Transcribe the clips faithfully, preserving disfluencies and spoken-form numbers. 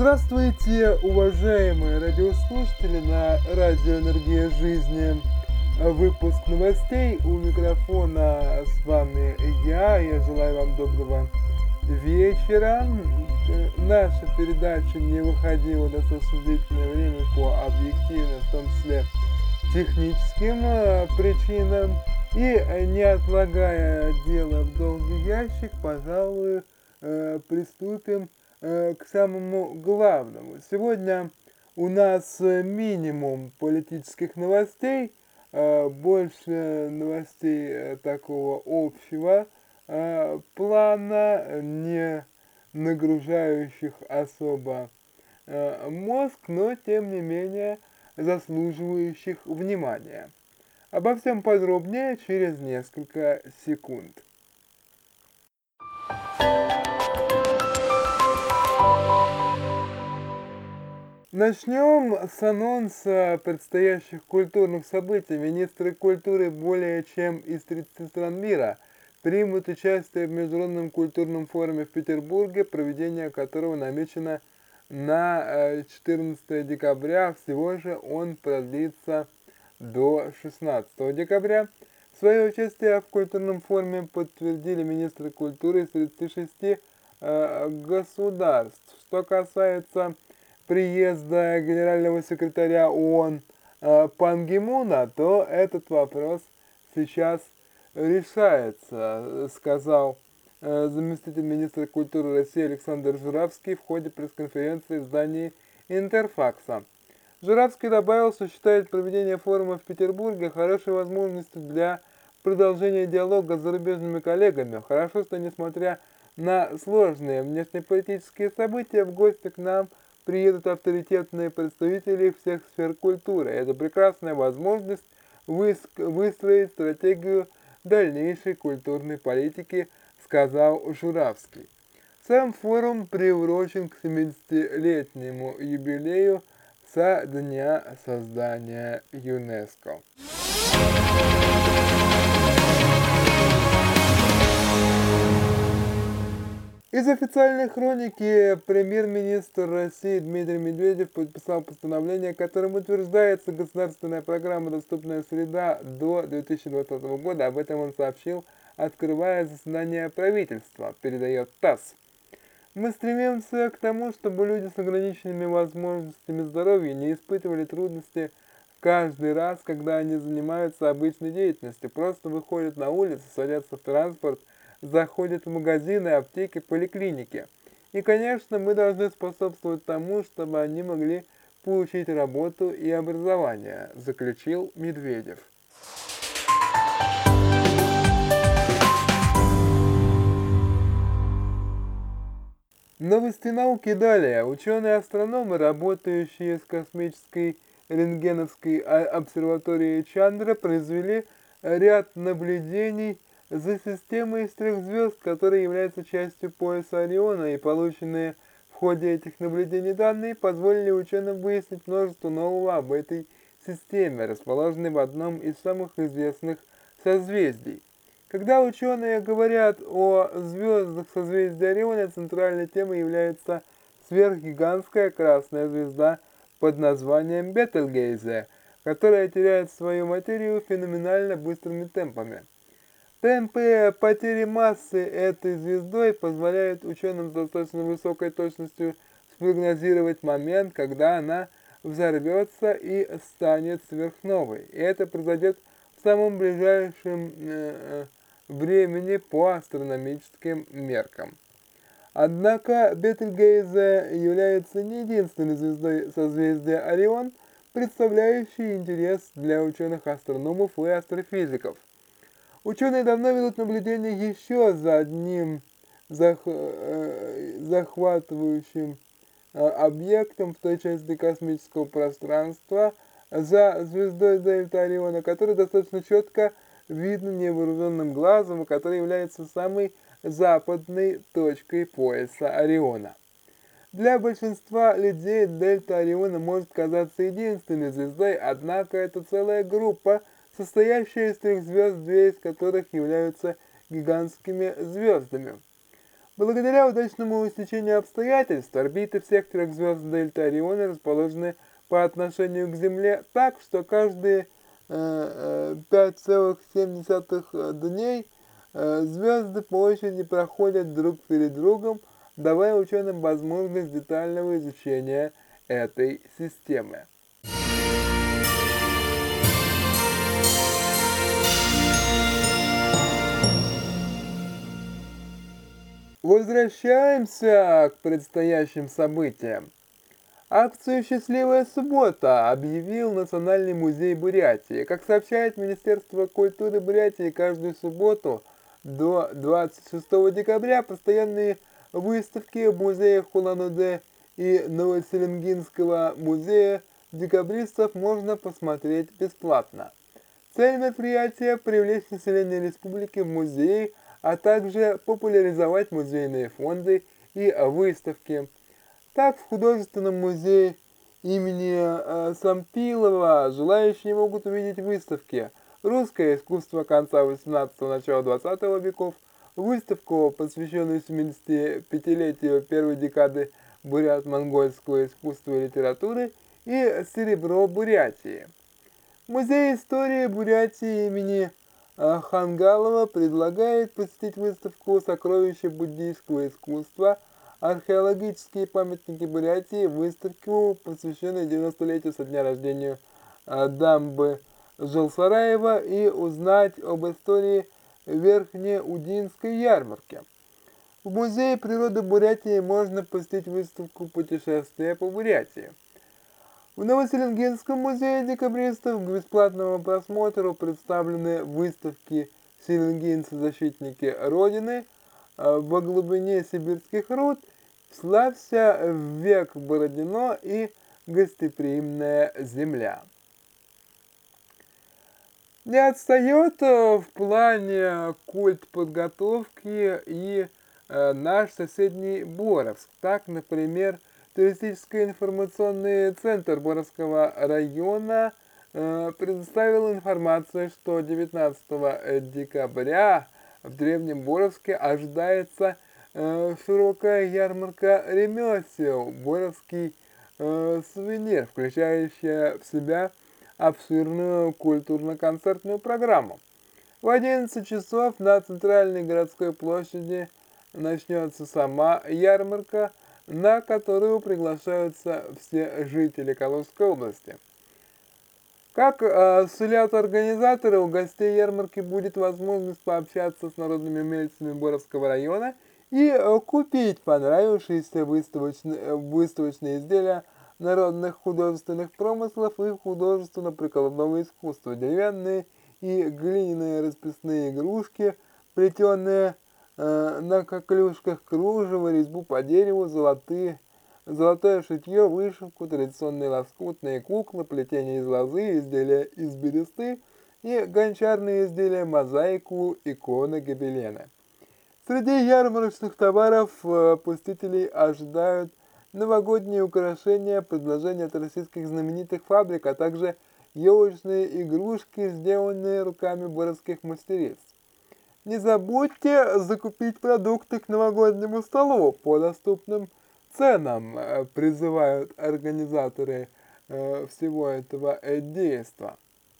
Здравствуйте, уважаемые радиослушатели на радио «Энергия жизни». Выпуск новостей. У микрофона с вами я. Я желаю вам доброго вечера. Наша передача не выходила достаточно длительное время по объективным, в том числе техническим причинам. И не отлагая дело в долгий ящик, пожалуй, приступим к самому главному. Сегодня у нас минимум политических новостей, больше новостей такого общего плана, не нагружающих особо мозг, но тем не менее заслуживающих внимания. Обо всем подробнее через несколько секунд. Начнем с анонса предстоящих культурных событий. Министры культуры более чем из тридцати стран мира примут участие в Международном культурном форуме в Петербурге, проведение которого намечено на четырнадцатое декабря. Всего же он продлится до шестнадцатого декабря. Свое участие в культурном форуме подтвердили министры культуры из тридцати шести э, государств. Что касается приезда генерального секретаря ООН э, Пан Ги Муна, то этот вопрос сейчас решается, сказал э, заместитель министра культуры России Александр Журавский в ходе пресс-конференции в здании Интерфакса. Журавский добавил, что считает проведение форума в Петербурге хорошей возможностью для продолжения диалога с зарубежными коллегами. Хорошо, что несмотря на сложные внешнеполитические события, в гости к нам приедут авторитетные представители всех сфер культуры. Это прекрасная возможность выстроить стратегию дальнейшей культурной политики, сказал Журавский. Сам форум приурочен к семидесятилетнему юбилею со дня создания ЮНЕСКО. Из официальной хроники премьер-министр России Дмитрий Медведев подписал постановление, которым утверждается государственная программа «Доступная среда» до две тысячи двадцатого года. Об этом он сообщил, открывая заседание правительства, передает ТАСС. Мы стремимся к тому, чтобы люди с ограниченными возможностями здоровья не испытывали трудности каждый раз, когда они занимаются обычной деятельностью, просто выходят на улицу, садятся в транспорт, заходят в магазины, аптеки, поликлиники. И, конечно, мы должны способствовать тому, чтобы они могли получить работу и образование, заключил Медведев. Новости науки далее. Ученые-астрономы, работающие с космической рентгеновской обсерваторией Чандра, произвели ряд наблюдений за системой из трех звезд, которая является частью пояса Ориона, и полученные в ходе этих наблюдений данные позволили ученым выяснить множество нового об этой системе, расположенной в одном из самых известных созвездий. Когда ученые говорят о звездах созвездия Ориона, центральной темой является сверхгигантская красная звезда под названием Бетельгейзе, которая теряет свою материю феноменально быстрыми темпами. Темпы потери массы этой звездой позволяют ученым с достаточно высокой точностью спрогнозировать момент, когда она взорвется и станет сверхновой. И это произойдет в самом ближайшем э, времени по астрономическим меркам. Однако Бетельгейзе является не единственной звездой созвездия Орион, представляющей интерес для ученых-астрономов и астрофизиков. Ученые давно ведут наблюдения еще за одним зах... захватывающим объектом в той части космического пространства, за звездой Дельта Ориона, которая достаточно четко видно невооруженным глазом, и которая является самой западной точкой пояса Ориона. Для большинства людей Дельта Ориона может казаться единственной звездой, однако это целая группа, состоящая из трех звезд, две из которых являются гигантскими звездами. Благодаря удачному стечению обстоятельств орбиты в секторах звезд Дельта Ориона расположены по отношению к Земле так, что каждые пять целых семь десятых дней звезды по очереди проходят друг перед другом, давая ученым возможность детального изучения этой системы. Возвращаемся к предстоящим событиям. Акцию «Счастливая суббота» объявил Национальный музей Бурятии. Как сообщает Министерство культуры Бурятии, каждую субботу до двадцать шестого декабря постоянные выставки в музеях Улан-Удэ и Новоселенгинского музея декабристов можно посмотреть бесплатно. Цель мероприятия – привлечь население республики в музеи, а также популяризовать музейные фонды и выставки. Так, в художественном музее имени э, Сампилова желающие могут увидеть выставки «Русское искусство конца восемнадцатого – начала двадцатого веков», выставку, посвященную семидесятипятилетию первой декады бурят-монгольского искусства и литературы, и «Серебро Бурятии». Музей истории Бурятии имени э, Хангалова предлагает посетить выставку «Сокровища буддийского искусства», археологические памятники Бурятии, выставку, посвященную девяностолетию со дня рождения дамбы Жолсараева, и узнать об истории Верхнеудинской ярмарки. В Музее природы Бурятии можно посетить выставку «Путешествия по Бурятии». В Новоселенгинском музее декабристов к бесплатному просмотру представлены выставки «Селенгинцы-защитники Родины», «Во глубине сибирских руд», «Славься в век Бородино» и «Гостеприимная земля». Не отстает в плане культ подготовки и наш соседний Боровск. Так, например, туристический информационный центр Боровского района предоставил информацию, что девятнадцатого декабря в Древнем Боровске ожидается э, широкая ярмарка ремесел, боровский э, сувенир, включающая в себя обширную культурно-концертную программу. В одиннадцать часов на центральной городской площади начнется сама ярмарка, на которую приглашаются все жители Калужской области. Как э, сулят организаторы, у гостей ярмарки будет возможность пообщаться с народными умельцами Боровского района и э, купить понравившиеся выставочные, выставочные изделия народных художественных промыслов и художественно-прикладного искусства, деревянные и глиняные расписные игрушки, плетеные э, на коклюшках, кружево, резьбу по дереву, золотые Золотое шитье, вышивку, традиционные лоскутные куклы, плетение из лозы, изделия из бересты и гончарные изделия, мозаику, иконы, гобелены. Среди ярмарочных товаров посетителей ожидают новогодние украшения, предложения от российских знаменитых фабрик, а также елочные игрушки, сделанные руками боровских мастериц. Не забудьте закупить продукты к новогоднему столу по доступным ценам, призывают организаторы э, всего этого э, действа.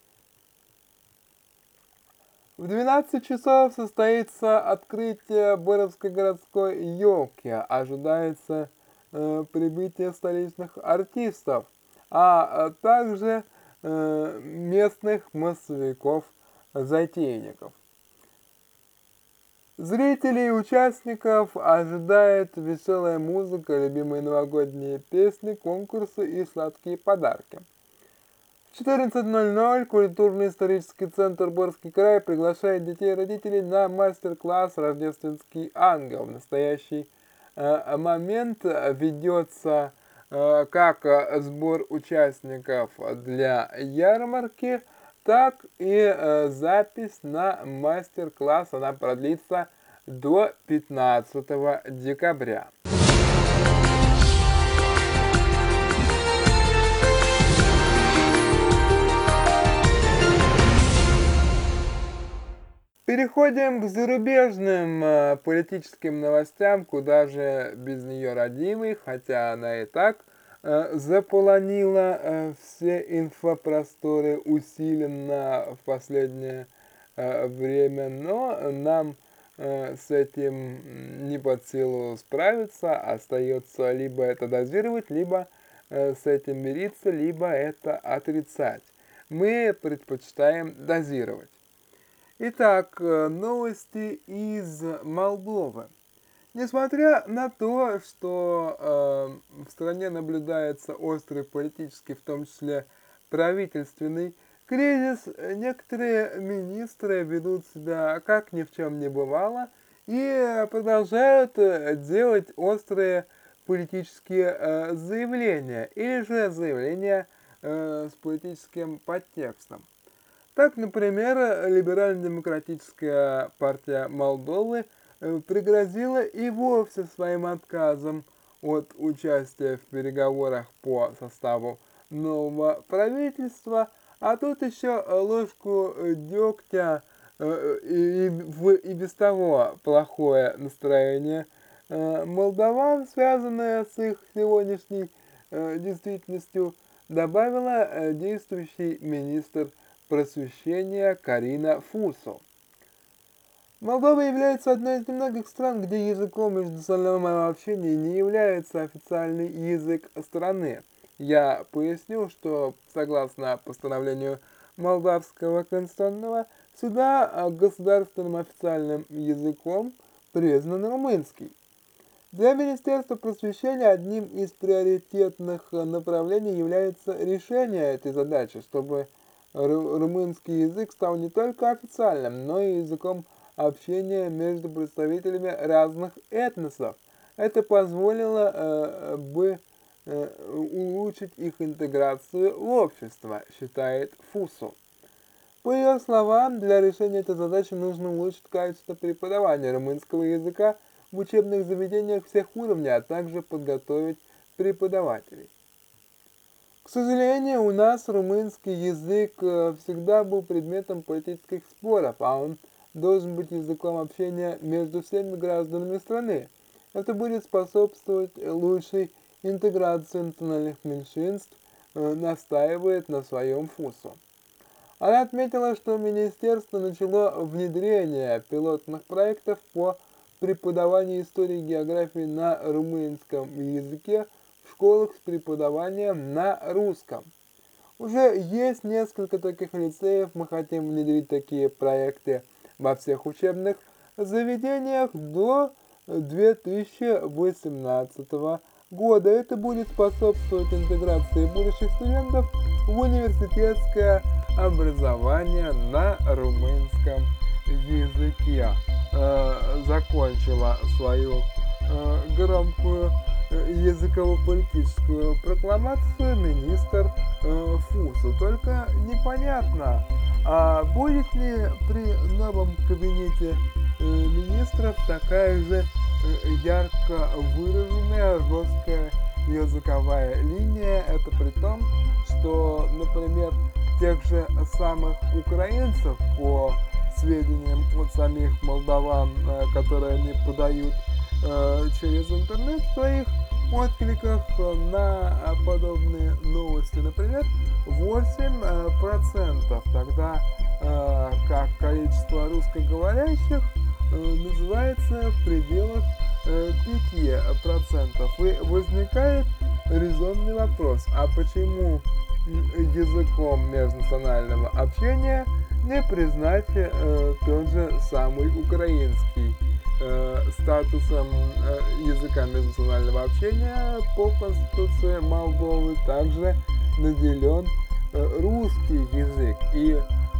В двенадцать часов состоится открытие Боровской городской елки. Ожидается э, прибытие столичных артистов, а также э, местных массовиков-затейников. Зрителей и участников ожидает веселая музыка, любимые новогодние песни, конкурсы и сладкие подарки. В четырнадцать ноль ноль культурно-исторический центр Борский край приглашает детей и родителей на мастер-класс «Рождественский ангел». В настоящий э, момент ведется э, как сбор участников для ярмарки, так и э, запись на мастер-класс. Она продлится до пятнадцатого декабря. Переходим к зарубежным э, политическим новостям, куда же без нее родимой, хотя она и так э, заполонила э, все инфопросторы усиленно в последнее э, время, но нам э, с этим не под силу справиться, остается либо это дозировать, либо э, с этим мириться, либо это отрицать. Мы предпочитаем дозировать. Итак, новости из Молдовы. Несмотря на то, что э, в стране наблюдается острый политический, в том числе правительственный кризис, некоторые министры ведут себя как ни в чем не бывало и продолжают делать острые политические э, заявления или же заявления э, с политическим подтекстом. Так, например, Либерально-демократическая партия Молдовы пригрозила и вовсе своим отказом от участия в переговорах по составу нового правительства, а тут еще ложку дегтя и, в и без того плохое настроение молдаван, связанное с их сегодняшней действительностью, добавила действующий министр просвещения Карина Фусо. Молдова является одной из немногих стран, где языком межнационального общения не является официальный язык страны. Я поясню, что согласно постановлению Молдавского конституционного суда государственным официальным языком признан румынский. Для Министерства просвещения одним из приоритетных направлений является решение этой задачи, чтобы румынский язык стал не только официальным, но и языком общения между представителями разных этносов. Это позволило э, бы э, улучшить их интеграцию в общество, считает Фусо. По ее словам, для решения этой задачи нужно улучшить качество преподавания румынского языка в учебных заведениях всех уровней, а также подготовить преподавателей. К сожалению, у нас румынский язык всегда был предметом политических споров, а он должен быть языком общения между всеми гражданами страны. Это будет способствовать лучшей интеграции национальных меньшинств, настаивает на своем Фусо. Она отметила, что министерство начало внедрение пилотных проектов по преподаванию истории и географии на румынском языке в школах с преподаванием на русском. Уже есть несколько таких лицеев, мы хотим внедрить такие проекты во всех учебных заведениях до две тысячи восемнадцатого года. Это будет способствовать интеграции будущих студентов в университетское образование на румынском языке. Э, закончила свою э, громкую языково-политическую прокламацию министр э, Фусо. Только непонятно, а будет ли при новом кабинете э, министров такая же э, ярко выраженная жесткая языковая линия. Это при том, что, например, тех же самых украинцев, по сведениям от самих молдаван, э, которые они подают э, через интернет в своих откликах на подобные новости, например, восемь процентов, тогда э, как количество русскоговорящих э, называется в пределах э, пяти процентов. И возникает резонный вопрос, а почему языком межнационального общения не признать э, тот же самый украинский? Статусом языка межнационального общения по Конституции Молдовы также наделен русский язык. И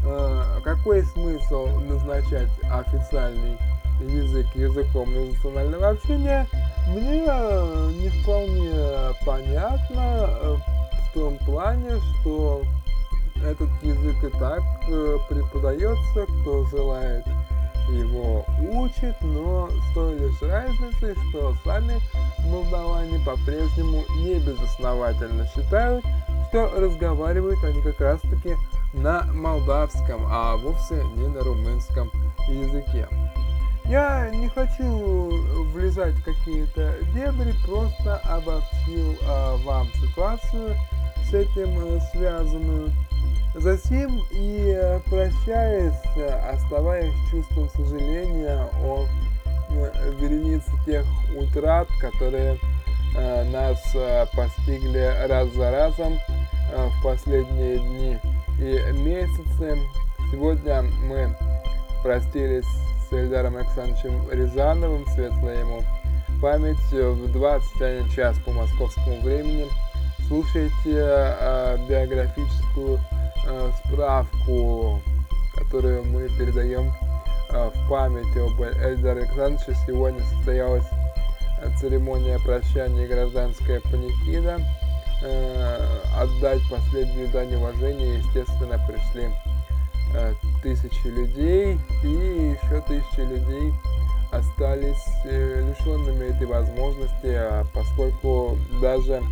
какой смысл назначать официальный язык языком межнационального общения, мне не вполне понятно в том плане, что этот язык и так преподается, кто желает его учат, но с той лишь разницей, что сами молдаване по-прежнему не безосновательно считают, что разговаривают они как раз-таки на молдавском, а вовсе не на румынском языке. Я не хочу влезать в какие-то дебри, просто обобщил э, вам ситуацию с этим э, связанную. Затем и э, прощаясь, э, оставаясь с чувством сожаления о э, веренице тех утрат, которые э, нас э, постигли раз за разом э, в последние дни и месяцы. Сегодня мы простились с Эльдаром Александровичем Рязановым, светлая ему память, в двадцать один час по московскому времени. Слушайте э, биографическую э, справку, которую мы передаем э, в память об Эльдаре Александровиче. Сегодня состоялась церемония прощания и гражданская панихида. Э, отдать последнюю дань уважения, естественно, пришли тысячи людей, и еще тысячи людей остались лишенными этой возможности, поскольку даже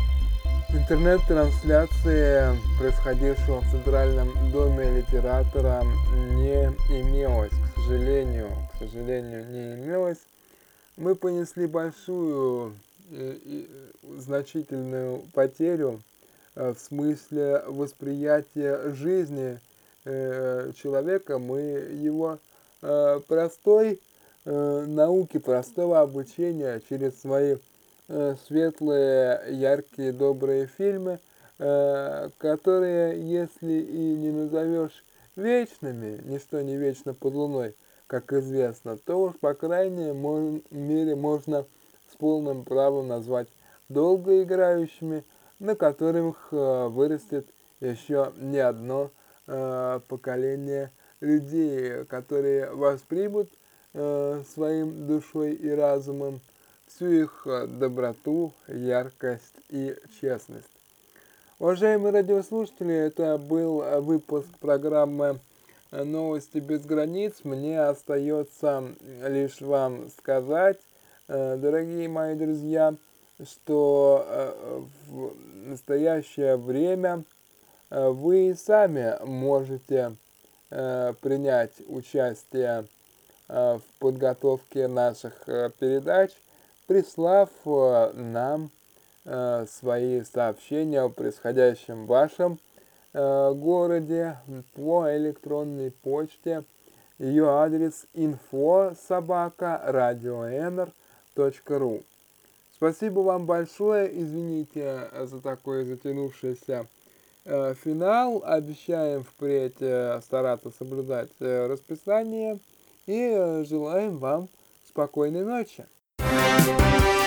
интернет-трансляции происходившего в Центральном доме литератора не имелось, к сожалению, к сожалению, не имелось. Мы понесли большую и значительную потерю в смысле восприятия жизни человека. Мы его э, простой э, науки, простого обучения через свои э, светлые, яркие, добрые фильмы, э, которые, если и не назовешь вечными, ничто не вечно под луной, как известно, то уж, по крайней мере, можно с полным правом назвать долгоиграющими, на которых э, вырастет еще не одно поколение людей, которые воспримут э, своим душой и разумом всю их доброту, яркость и честность. Уважаемые радиослушатели, это был выпуск программы «Новости без границ». Мне остается лишь вам сказать, э, дорогие мои друзья, что э, в настоящее время вы сами можете э, принять участие э, в подготовке наших э, передач, прислав э, нам э, свои сообщения о происходящем в вашем э, городе по электронной почте. Ее адрес инфо собака радиоэнер точка ру. Спасибо вам большое. Извините за такое затянувшееся финал. Обещаем впредь стараться соблюдать расписание и желаем вам спокойной ночи.